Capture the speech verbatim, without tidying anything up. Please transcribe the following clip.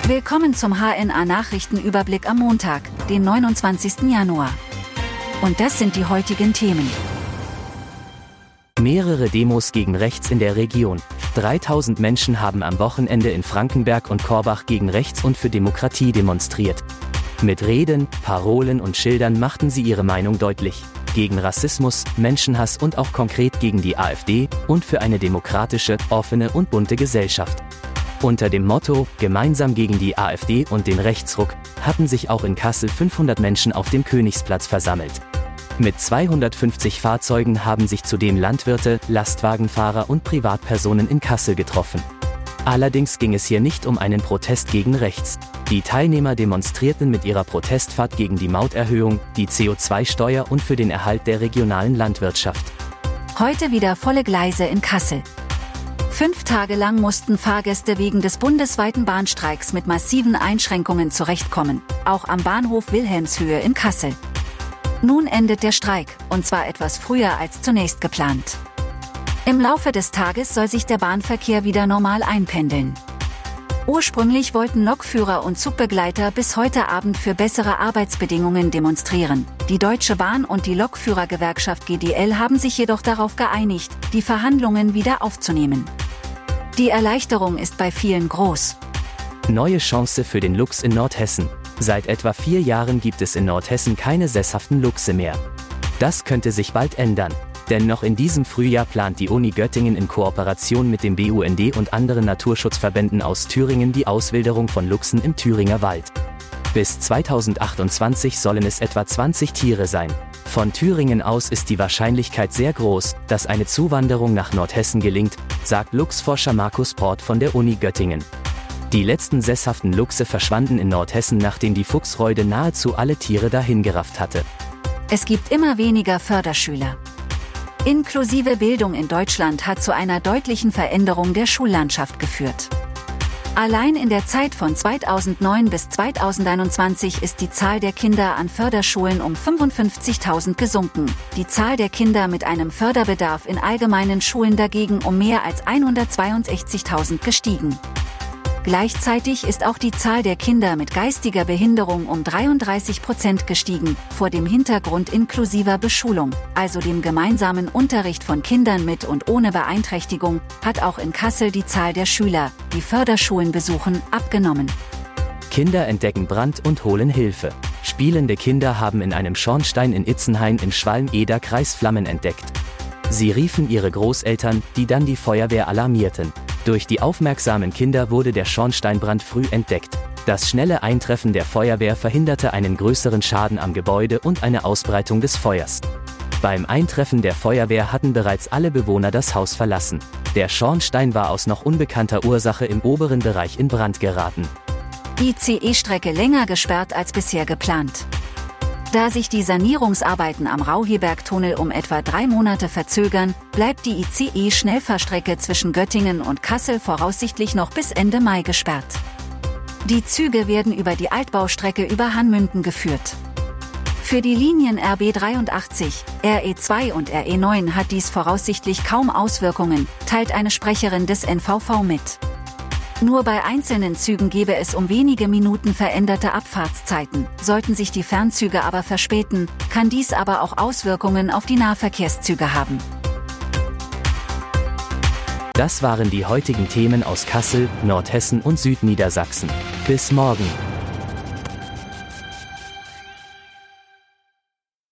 Willkommen zum H N A-Nachrichtenüberblick am Montag, den neunundzwanzigsten Januar. Und das sind die heutigen Themen. Mehrere Demos gegen rechts in der Region. dreitausend Menschen haben am Wochenende in Frankenberg und Korbach gegen rechts und für Demokratie demonstriert. Mit Reden, Parolen und Schildern machten sie ihre Meinung deutlich. Gegen Rassismus, Menschenhass und auch konkret gegen die AfD und für eine demokratische, offene und bunte Gesellschaft. Unter dem Motto „Gemeinsam gegen die AfD und den Rechtsruck" hatten sich auch in Kassel fünfhundert Menschen auf dem Königsplatz versammelt. Mit zweihundertfünfzig Fahrzeugen haben sich zudem Landwirte, Lastwagenfahrer und Privatpersonen in Kassel getroffen. Allerdings ging es hier nicht um einen Protest gegen rechts. Die Teilnehmer demonstrierten mit ihrer Protestfahrt gegen die Mauterhöhung, die C O zwei Steuer und für den Erhalt der regionalen Landwirtschaft. Heute wieder volle Gleise in Kassel. Fünf Tage lang mussten Fahrgäste wegen des bundesweiten Bahnstreiks mit massiven Einschränkungen zurechtkommen, auch am Bahnhof Wilhelmshöhe in Kassel. Nun endet der Streik, und zwar etwas früher als zunächst geplant. Im Laufe des Tages soll sich der Bahnverkehr wieder normal einpendeln. Ursprünglich wollten Lokführer und Zugbegleiter bis heute Abend für bessere Arbeitsbedingungen demonstrieren. Die Deutsche Bahn und die Lokführergewerkschaft G D L haben sich jedoch darauf geeinigt, die Verhandlungen wieder aufzunehmen. Die Erleichterung ist bei vielen groß. Neue Chance für den Luchs in Nordhessen. Seit etwa vier Jahren gibt es in Nordhessen keine sesshaften Luchse mehr. Das könnte sich bald ändern. Denn noch in diesem Frühjahr plant die Uni Göttingen in Kooperation mit dem B U N D und anderen Naturschutzverbänden aus Thüringen die Auswilderung von Luchsen im Thüringer Wald. Bis zweitausendachtundzwanzig sollen es etwa zwanzig Tiere sein. Von Thüringen aus ist die Wahrscheinlichkeit sehr groß, dass eine Zuwanderung nach Nordhessen gelingt, sagt Luchsforscher Markus Port von der Uni Göttingen. Die letzten sesshaften Luchse verschwanden in Nordhessen, nachdem die Fuchsreude nahezu alle Tiere dahingerafft hatte. Es gibt immer weniger Förderschüler. Inklusive Bildung in Deutschland hat zu einer deutlichen Veränderung der Schullandschaft geführt. Allein in der Zeit von zweitausendneun bis zweitausendeinundzwanzig ist die Zahl der Kinder an Förderschulen um fünfundfünfzigtausend gesunken, die Zahl der Kinder mit einem Förderbedarf in allgemeinen Schulen dagegen um mehr als hundertzweiundsechzigtausend gestiegen. Gleichzeitig ist auch die Zahl der Kinder mit geistiger Behinderung um dreiunddreißig Prozent gestiegen, vor dem Hintergrund inklusiver Beschulung, also dem gemeinsamen Unterricht von Kindern mit und ohne Beeinträchtigung, hat auch in Kassel die Zahl der Schüler, die Förderschulen besuchen, abgenommen. Kinder entdecken Brand und holen Hilfe. Spielende Kinder haben in einem Schornstein in Itzenhain im Schwalm-Eder-Kreis Flammen entdeckt. Sie riefen ihre Großeltern, die dann die Feuerwehr alarmierten. Durch die aufmerksamen Kinder wurde der Schornsteinbrand früh entdeckt. Das schnelle Eintreffen der Feuerwehr verhinderte einen größeren Schaden am Gebäude und eine Ausbreitung des Feuers. Beim Eintreffen der Feuerwehr hatten bereits alle Bewohner das Haus verlassen. Der Schornstein war aus noch unbekannter Ursache im oberen Bereich in Brand geraten. I C E-Strecke länger gesperrt als bisher geplant. Da sich die Sanierungsarbeiten am Rauhebergtunnel um etwa drei Monate verzögern, bleibt die I C E-Schnellfahrstrecke zwischen Göttingen und Kassel voraussichtlich noch bis Ende Mai gesperrt. Die Züge werden über die Altbaustrecke über Hanmünden geführt. Für die Linien R B dreiundachtzig, R E zwei und R E neun hat dies voraussichtlich kaum Auswirkungen, teilt eine Sprecherin des N V V mit. Nur bei einzelnen Zügen gebe es um wenige Minuten veränderte Abfahrtszeiten. Sollten sich die Fernzüge aber verspäten, kann dies aber auch Auswirkungen auf die Nahverkehrszüge haben. Das waren die heutigen Themen aus Kassel, Nordhessen und Südniedersachsen. Bis morgen.